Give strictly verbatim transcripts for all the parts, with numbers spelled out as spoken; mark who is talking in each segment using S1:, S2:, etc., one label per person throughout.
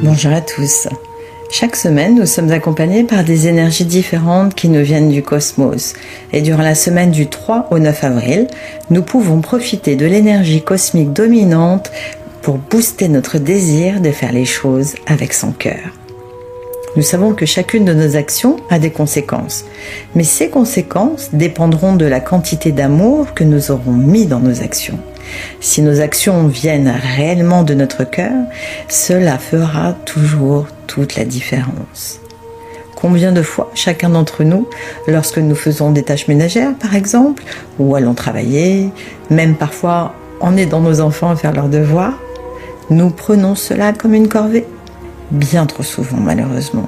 S1: Bonjour à tous. Chaque semaine, nous sommes accompagnés par des énergies différentes qui nous viennent du cosmos. Et durant la semaine du trois au neuf avril, nous pouvons profiter de l'énergie cosmique dominante pour booster notre désir de faire les choses avec son cœur. Nous savons que chacune de nos actions a des conséquences, mais ces conséquences dépendront de la quantité d'amour que nous aurons mis dans nos actions. Si nos actions viennent réellement de notre cœur, cela fera toujours toute la différence. Combien de fois chacun d'entre nous, lorsque nous faisons des tâches ménagères par exemple, ou allons travailler, même parfois en aidant nos enfants à faire leurs devoirs, nous prenons cela comme une corvée? Bien trop souvent malheureusement.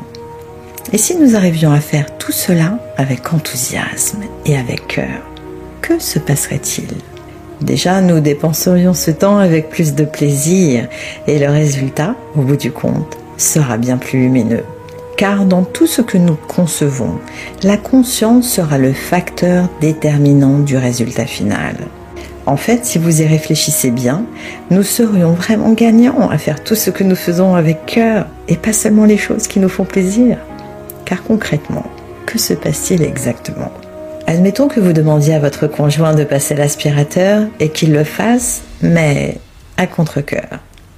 S1: Et si nous arrivions à faire tout cela avec enthousiasme et avec cœur, que se passerait-il? Déjà, nous dépenserions ce temps avec plus de plaisir et le résultat, au bout du compte, sera bien plus lumineux. Car dans tout ce que nous concevons, la conscience sera le facteur déterminant du résultat final. En fait, si vous y réfléchissez bien, nous serions vraiment gagnants à faire tout ce que nous faisons avec cœur et pas seulement les choses qui nous font plaisir. Car concrètement, que se passe-t-il exactement ? Admettons que vous demandiez à votre conjoint de passer l'aspirateur et qu'il le fasse, mais à contre-cœur.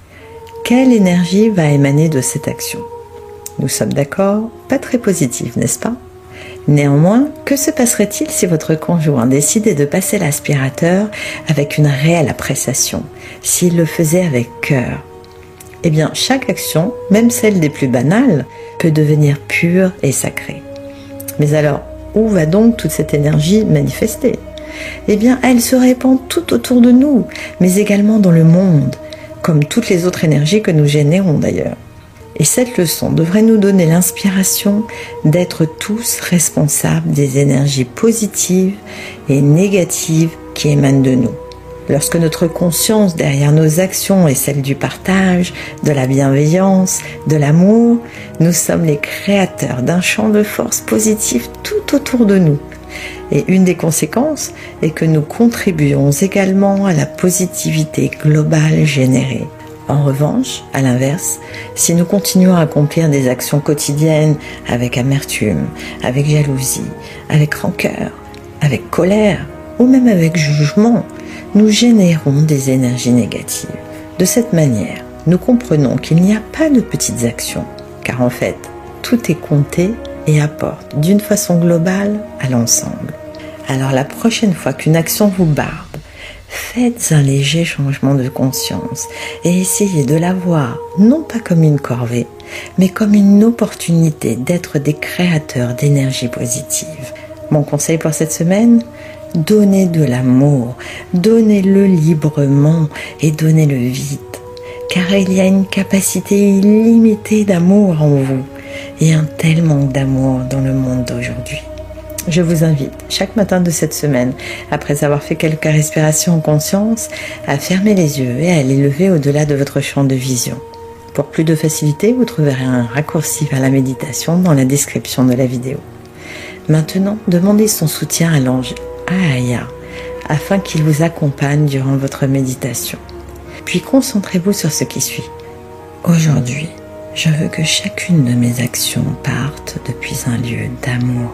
S1: Quelle énergie va émaner de cette action? Nous sommes d'accord, pas très positive, n'est-ce pas? Néanmoins, que se passerait-il si votre conjoint décidait de passer l'aspirateur avec une réelle appréciation, s'il le faisait avec cœur? Eh bien, chaque action, même celle des plus banales, peut devenir pure et sacrée. Mais alors, où va donc toute cette énergie manifester? Eh bien, elle se répand tout autour de nous, mais également dans le monde, comme toutes les autres énergies que nous générons d'ailleurs. Et cette leçon devrait nous donner l'inspiration d'être tous responsables des énergies positives et négatives qui émanent de nous. Lorsque notre conscience derrière nos actions est celle du partage, de la bienveillance, de l'amour, nous sommes les créateurs d'un champ de force positive tout autour de nous. Et une des conséquences est que nous contribuons également à la positivité globale générée. En revanche, à l'inverse, si nous continuons à accomplir des actions quotidiennes avec amertume, avec jalousie, avec rancœur, avec colère ou même avec jugement, nous générons des énergies négatives. De cette manière, nous comprenons qu'il n'y a pas de petites actions, car en fait, tout est compté et apporte d'une façon globale à l'ensemble. Alors la prochaine fois qu'une action vous barbe, faites un léger changement de conscience et essayez de la voir non pas comme une corvée, mais comme une opportunité d'être des créateurs d'énergie positive. Mon conseil pour cette semaine ? Donnez de l'amour, donnez-le librement et donnez-le vite, car il y a une capacité illimitée d'amour en vous et un tel manque d'amour dans le monde d'aujourd'hui. Je vous invite, chaque matin de cette semaine, après avoir fait quelques respirations en conscience, à fermer les yeux et à les lever au-delà de votre champ de vision. Pour plus de facilité, vous trouverez un raccourci vers la méditation dans la description de la vidéo. Maintenant, demandez son soutien à l'ange Ahaya, afin qu'il vous accompagne durant votre méditation. Puis concentrez-vous sur ce qui suit. Aujourd'hui, je veux que chacune de mes actions parte depuis un lieu d'amour.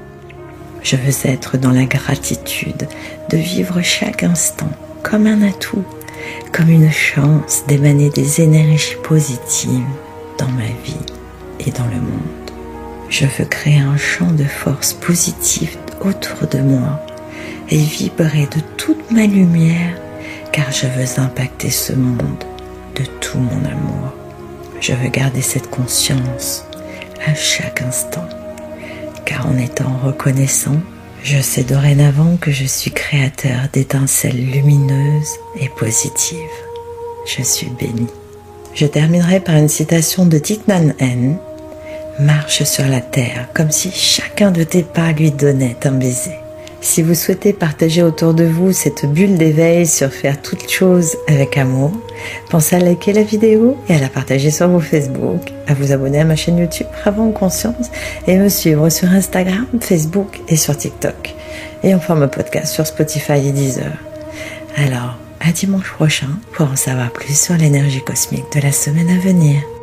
S1: Je veux être dans la gratitude de vivre chaque instant comme un atout, comme une chance d'émaner des énergies positives dans ma vie et dans le monde. Je veux créer un champ de force positive autour de moi et vibrer de toute ma lumière, car je veux impacter ce monde de tout mon amour. Je veux garder cette conscience à chaque instant, car en étant reconnaissant, je sais dorénavant que je suis créateur d'étincelles lumineuses et positives. Je suis béni. Je terminerai par une citation de Thich Nhat Hanh. Marche sur la terre comme si chacun de tes pas lui donnait un baiser. Si vous souhaitez partager autour de vous cette bulle d'éveil sur faire toutes choses avec amour, pensez à liker la vidéo et à la partager sur vos Facebook, à vous abonner à ma chaîne YouTube Avant Conscience et me suivre sur Instagram, Facebook et sur TikTok. Et enfin mon podcast sur Spotify et Deezer. Alors, à dimanche prochain pour en savoir plus sur l'énergie cosmique de la semaine à venir.